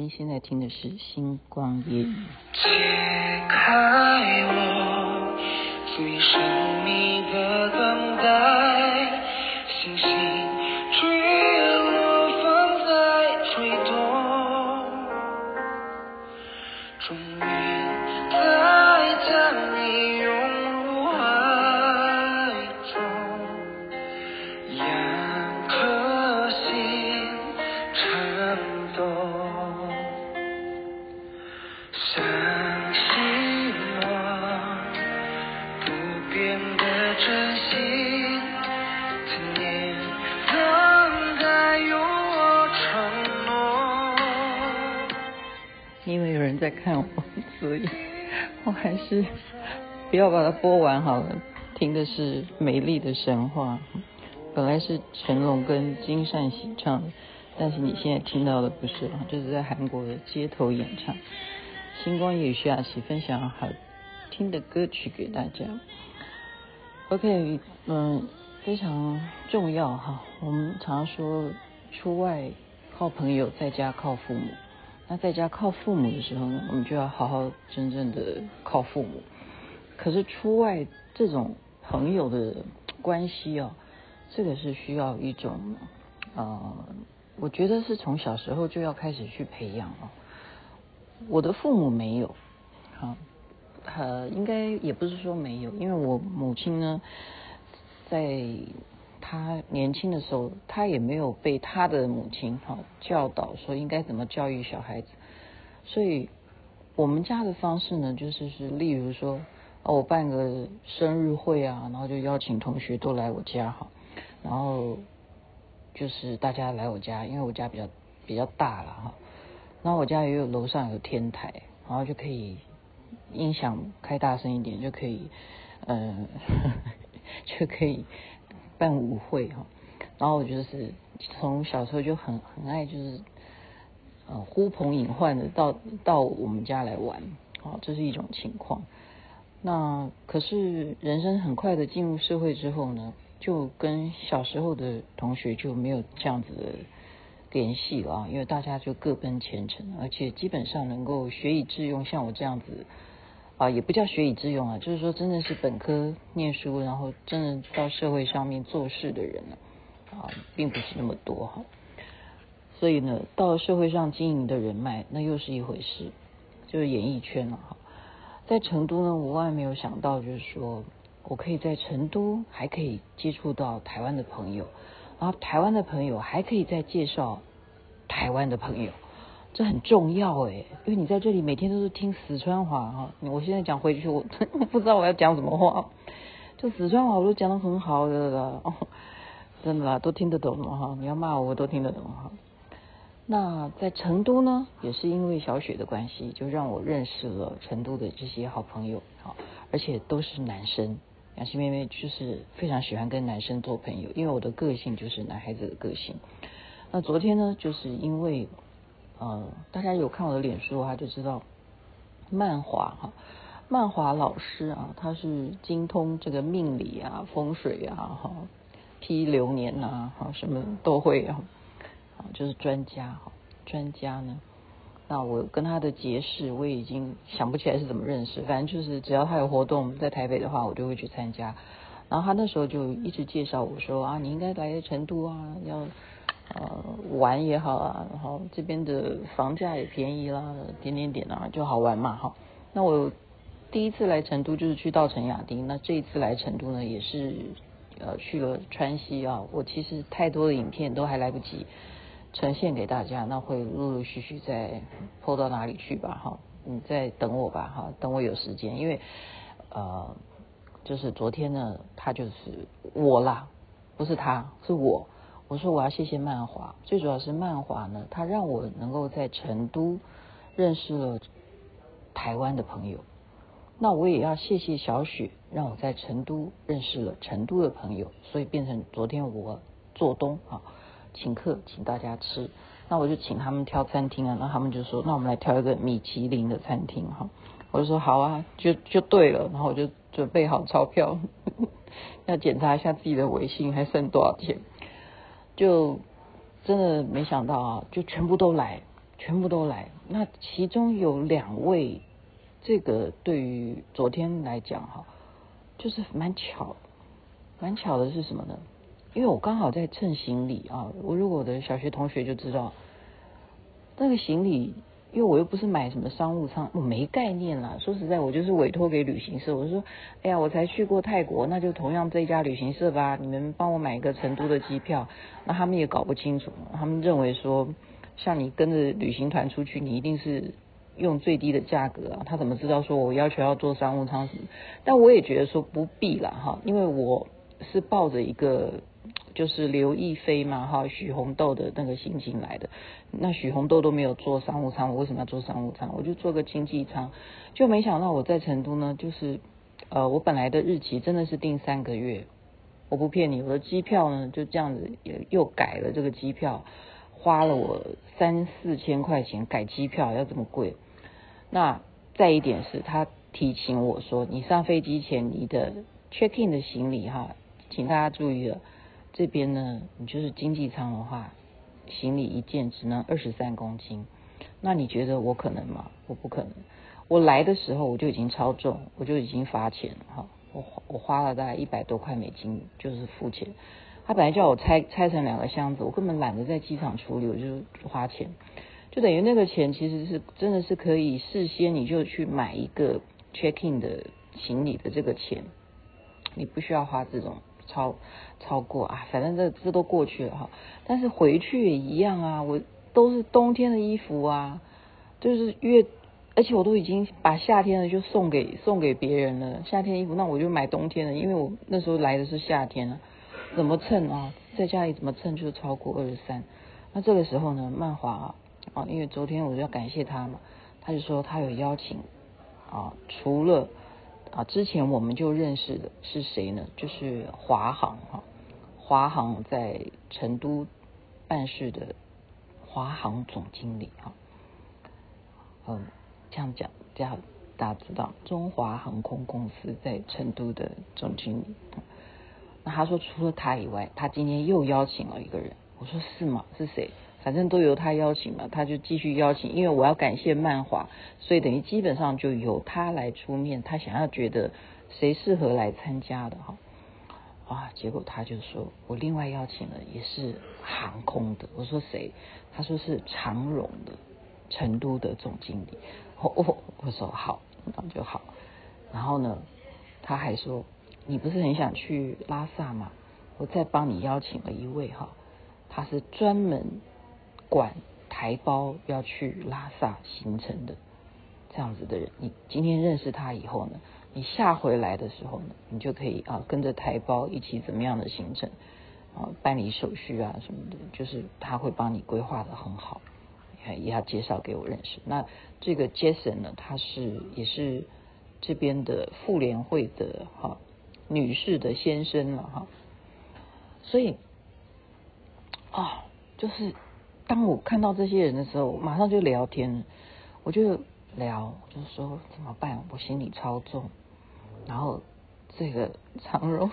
现在听的是星光夜雨。 解开我最神秘的等待，星星坠落风在吹动，终于再将你拥入怀中，两颗心颤动。相信我不变的真心，千年等待有我承诺。 因为有人在看我，所以我还是不要把它播完好了。听的是美丽的神话，本来是成龙跟金善喜唱的，但是你现在听到的不是，就是在韩国的街头演唱。星光夜雨徐雅琪分享好听的歌曲给大家。 OK， 非常重要哈。我们常说出外靠朋友，在家靠父母。那在家靠父母的时候呢，我们就要好好真正的靠父母。可是出外这种朋友的关系这个是需要一种我觉得是从小时候就要开始去培养我的父母没有应该也不是说没有，因为我母亲呢，在她年轻的时候，她也没有被她的母亲教导说应该怎么教育小孩子，所以我们家的方式呢，就是例如说我办个生日会然后就邀请同学都来我家然后就是大家来我家，因为我家比较大了然后我家也有楼上有天台，然后就可以音响开大声一点，就可以就可以办舞会然后我就是从小时候就很爱就是呼朋引唤的到我们家来玩这是一种情况。那可是人生很快的进入社会之后呢，就跟小时候的同学就没有这样子的联系了因为大家就各奔前程，而且基本上能够学以致用，像我这样子也不叫学以致用就是说真的是本科念书，然后真的到社会上面做事的人并不是那么多所以呢，到了社会上经营的人脉，那又是一回事，就是演艺圈了在成都呢，我万万没有想到，就是说我可以在成都还可以接触到台湾的朋友，然后台湾的朋友还可以再介绍台湾的朋友，这很重要因为你在这里每天都是听四川话我现在讲回去我不知道我要讲什么话，就四川话我都讲得很好的啦真的啦，都听得懂了你要骂我都听得懂那在成都呢，也是因为小雪的关系，就让我认识了成都的这些好朋友而且都是男生。雅琪妹妹就是非常喜欢跟男生做朋友，因为我的个性就是男孩子的个性。那昨天呢，就是因为大家有看我的脸书就知道曼华老师他是精通这个命理风水批流年什么都会就是专家呢。那我跟他的结识我也已经想不起来是怎么认识，反正就是只要他有活动在台北的话，我就会去参加。然后他那时候就一直介绍我说你应该来成都要玩也好然后这边的房价也便宜啦，点就好玩嘛那我第一次来成都就是去稻城亚丁，那这一次来成都呢也是去了川西我其实太多的影片都还来不及呈现给大家，那会陆陆续续再 po 到哪里去吧你再等我吧等我有时间，因为就是昨天呢他就是我啦，不是他是我说我要谢谢曼华，最主要是曼华呢他让我能够在成都认识了台湾的朋友，那我也要谢谢小雪让我在成都认识了成都的朋友，所以变成昨天我做东请客请大家吃，那我就请他们挑餐厅那他们就说那我们来挑一个米其林的餐厅我就说好就对了，然后我就准备好钞票要检查一下自己的微信还剩多少钱，就真的没想到就全部都来， 全部都来。那其中有2位，这个对于昨天来讲哈，就是蛮巧的是什么呢？因为我刚好在称行李啊，如果我的小学同学就知道，那个行李，因为我又不是买什么商务舱，我没概念啦。说实在，我就是委托给旅行社，我说，哎呀，我才去过泰国，那就同样这家旅行社吧，你们帮我买一个成都的机票。那他们也搞不清楚，他们认为说，像你跟着旅行团出去，你一定是用最低的价格啊，他怎么知道说我要求要坐商务舱什么？但我也觉得说不必啦哈，因为我是抱着一个就是刘亦菲嘛哈，许红豆的那个心情来的。那许红豆都没有坐商务舱，我为什么要坐商务舱？我就坐个经济舱。就没想到我在成都呢，就是我本来的日期真的是定3个月，我不骗你，我的机票呢就这样子也又改了，这个机票花了我3-4千块钱改机票，要这么贵。那再一点是他提醒我说，你上飞机前你的 check in 的行李哈，请大家注意了，这边呢你就是经济舱的话，行李一件只能23公斤。那你觉得我可能吗？我不可能。我来的时候我就已经超重，我就已经罚钱哈，我花了大概100多块美金，就是付钱。他本来叫我拆成2个箱子，我根本懒得在机场处理，我就花钱。就等于那个钱其实是真的是可以事先你就去买一个 check in 的行李的这个钱，你不需要花这种超过啊，反正这都过去了哈。但是回去也一样啊，我都是冬天的衣服啊，就是而且我都已经把夏天的就送给别人了，夏天衣服那我就买冬天的，因为我那时候来的是夏天啊，怎么称啊，在家里怎么称就是超过23。那这个时候呢，曼华因为昨天我就要感谢他嘛，他就说他有邀请除了之前我们就认识的是谁呢？就是华航在成都办事的华航总经理这样讲，这样大家知道中华航空公司在成都的总经理。那他说除了他以外，他今天又邀请了一个人。我说是吗？是谁？反正都由他邀请嘛，他就继续邀请。因为我要感谢曼华，所以等于基本上就由他来出面，他想要觉得谁适合来参加的结果他就说我另外邀请了也是航空的。我说谁？他说是长荣的成都的总经理。我说好，那就好。然后呢，他还说你不是很想去拉萨吗？我再帮你邀请了一位他是专门管台胞要去拉萨行程的这样子的人。你今天认识他以后呢，你下回来的时候呢，你就可以跟着台胞一起怎么样的行程办理手续啊什么的，就是他会帮你规划的很好，也要介绍给我认识。那这个 Jason 呢，他也是这边的妇联会的女士的先生了所以就是当我看到这些人的时候，马上就聊天，我就聊，就是说怎么办？我行李超重，然后这个长荣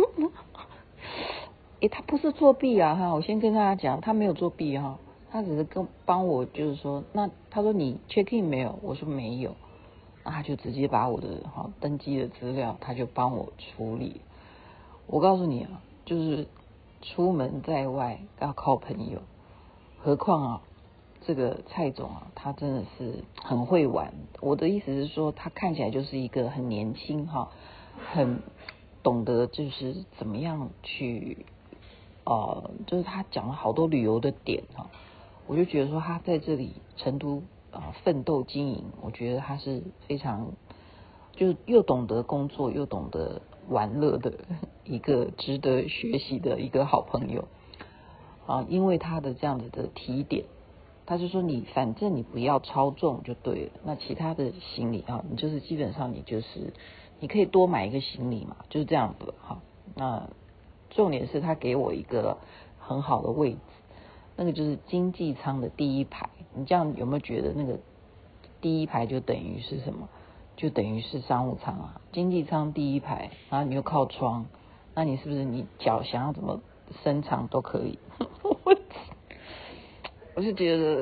他不是作弊我先跟大家讲，他没有作弊他只是帮我，就是说，那他说你 check in 没有？我说没有，那他就直接把我的登记的资料，他就帮我处理。我告诉你就是出门在外要靠朋友，何况这个蔡总他真的是很会玩。我的意思是说，他看起来就是一个很年轻很懂得就是怎么样去就是他讲了好多旅游的点我就觉得说他在这里成都奋斗经营，我觉得他是非常就是又懂得工作又懂得玩乐的一个值得学习的一个好朋友因为他的这样子的提点，他就说反正你不要超重就对了，那其他的行李你就是基本上你可以多买一个行李嘛，就是这样子那重点是他给我一个很好的位置，那个就是经济舱的第一排。你这样有没有觉得那个第一排就等于是什么？就等于是商务舱经济舱第一排，然后你又靠窗，那你是不是你脚想要怎么伸长都可以？我就觉得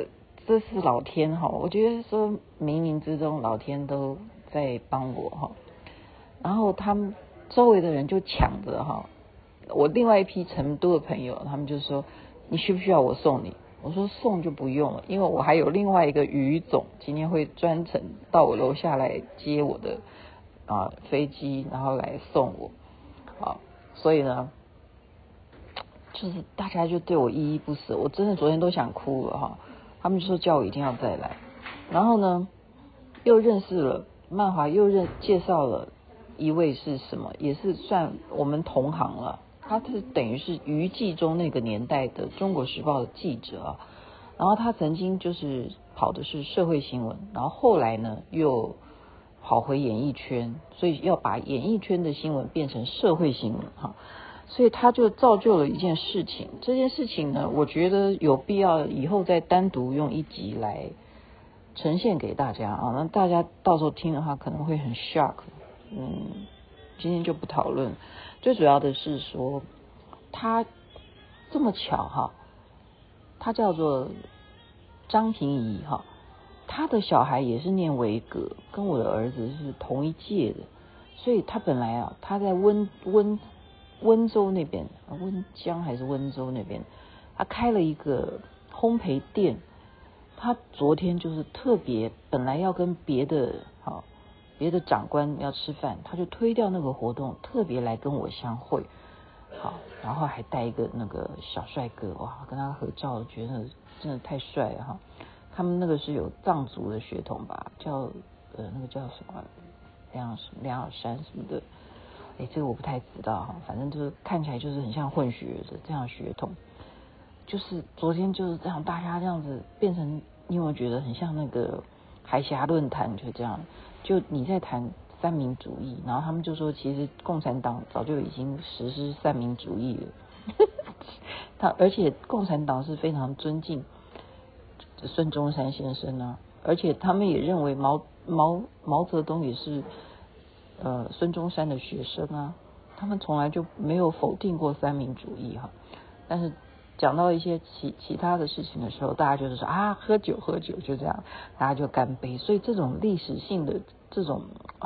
这是老天哈，我觉得说冥冥之中老天都在帮我哈。然后他们周围的人就抢着哈，我另外一批成都的朋友，他们就说你需不需要我送你？我说送就不用了，因为我还有另外一个于总今天会专程到我楼下来接我的飞机，然后来送我所以呢，就是大家就对我依依不舍，我真的昨天都想哭了哈。他们就说叫我一定要再来，然后呢，又认识了曼华，又介绍了一位是什么，也是算我们同行了。他是等于是余纪中那个年代的《中国时报》的记者然后他曾经就是跑的是社会新闻，然后后来呢又跑回演艺圈，所以要把演艺圈的新闻变成社会新闻所以他就造就了一件事情，这件事情呢，我觉得有必要以后再单独用一集来呈现给大家那大家到时候听的话可能会很 shock，今天就不讨论。最主要的是说，他这么巧他叫做张平仪他的小孩也是念维格，跟我的儿子是同一届的，所以他本来他在温州那边，温江还是温州那边，他开了一个烘焙店。他昨天就是特别本来要跟别的长官要吃饭，他就推掉那个活动，特别来跟我相会然后还带一个那个小帅哥跟他合照，觉得真的太帅了他们那个是有藏族的血统吧，叫那个叫什么梁尔山什么的，这个我不太知道反正就是看起来就是很像混血的这样血统。就是昨天就是这样，大家这样子变成，你有没有觉得很像那个海峡论坛？就这样，就你在谈三民主义，然后他们就说，其实共产党早就已经实施三民主义了。而且共产党是非常尊敬孙中山先生而且他们也认为毛泽东也是孙中山的学生他们从来就没有否定过三民主义但是讲到一些其他的事情的时候，大家就是说喝酒就这样，大家就干杯。所以这种历史性的这种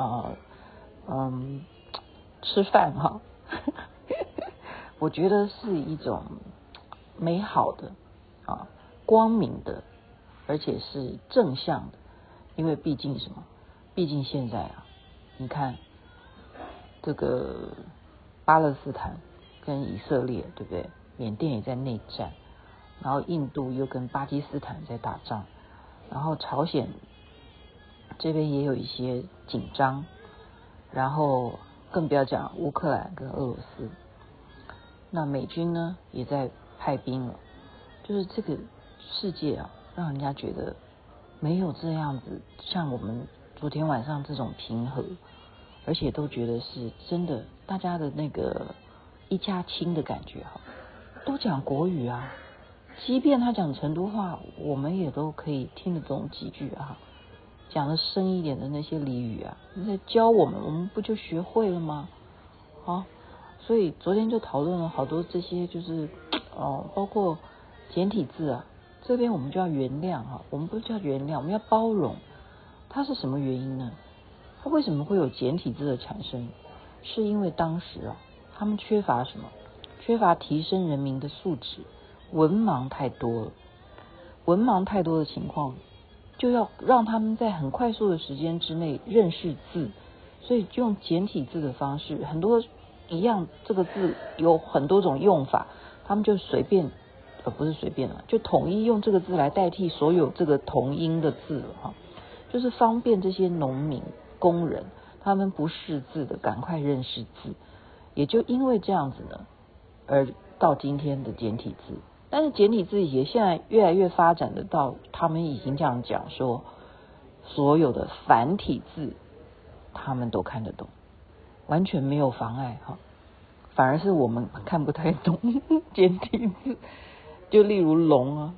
吃饭我觉得是一种美好的光明的，而且是正向的。因为毕竟什么？毕竟现在你看这个巴勒斯坦跟以色列，对不对？缅甸也在内战，然后印度又跟巴基斯坦在打仗，然后朝鲜这边也有一些紧张，然后更不要讲乌克兰跟俄罗斯。那美军呢也在派兵了，就是这个世界让人家觉得没有这样子像我们昨天晚上这种平和，而且都觉得是真的，大家的那个一家亲的感觉都讲国语即便他讲成都话，我们也都可以听得懂几句讲的深一点的那些俚语你在教我们不就学会了吗？所以昨天就讨论了好多这些，就是包括简体字这边我们就要原谅我们不叫原谅，我们要包容。它是什么原因呢？它为什么会有简体字的产生？是因为当时他们缺乏什么？缺乏提升人民的素质，文盲太多了。文盲太多的情况，就要让他们在很快速的时间之内认识字，所以就用简体字的方式，很多一样这个字有很多种用法，他们就随便不是随便就统一用这个字来代替所有这个同音的字就是方便这些农民工人他们不识字的赶快认识字。也就因为这样子呢，而到今天的简体字。但是简体字也现在越来越发展的到他们已经这样讲说，所有的繁体字他们都看得懂，完全没有妨碍反而是我们看不太懂简体字。就例如龙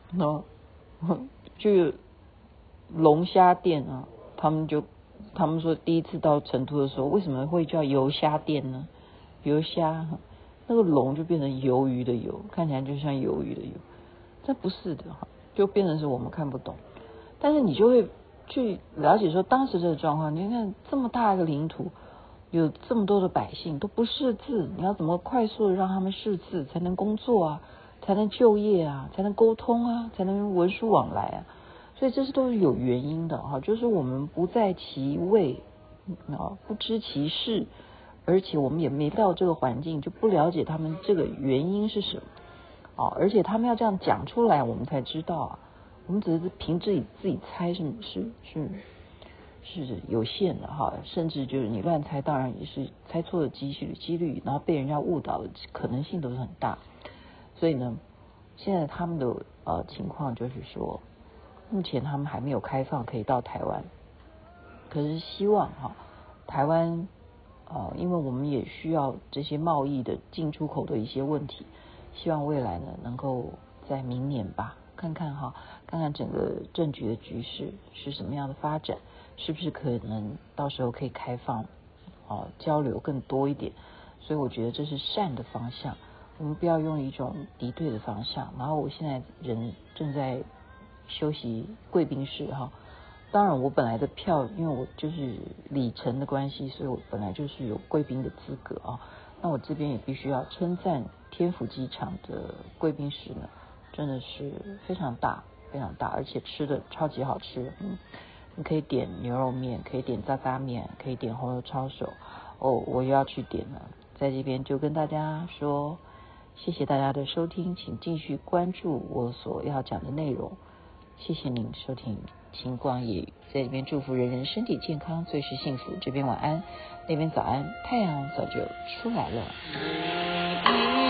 就龙虾店他们说第一次到成都的时候，为什么会叫油虾店呢？油虾那个龙就变成鱿鱼的鱿，看起来就像鱿鱼的鱿，这不是的就变成是我们看不懂。但是你就会去了解说当时这个状况，你看这么大一个领土，有这么多的百姓都不识字，你要怎么快速的让他们识字，才能工作啊，才能就业啊，才能沟通啊，才能文书往来啊。所以这是都是有原因的哈，就是我们不在其位不知其事，而且我们也没到这个环境，就不了解他们这个原因是什么而且他们要这样讲出来，我们才知道啊。我们只是凭自己猜是有限的哈，甚至就是你乱猜，当然也是猜错的几率，然后被人家误导的可能性都是很大。所以呢，现在他们的情况就是说，目前他们还没有开放可以到台湾，可是希望台湾因为我们也需要这些贸易的进出口的一些问题，希望未来呢能够在明年吧，看看整个政局的局势是什么样的发展，是不是可能到时候可以开放交流更多一点。所以我觉得这是善的方向，我们不要用一种敌对的方向。然后我现在人正在休息贵宾室当然我本来的票，因为我就是里程的关系，所以我本来就是有贵宾的资格那我这边也必须要称赞天府机场的贵宾室呢，真的是非常大，而且吃的超级好吃。你可以点牛肉面，可以点炸酱面，可以点红油抄手。我又要去点了，在这边就跟大家说，谢谢大家的收听，请继续关注我所要讲的内容。谢谢您收听晴光夜语，在这边祝福人人身体健康，最是幸福。这边晚安，那边早安，太阳早就出来了。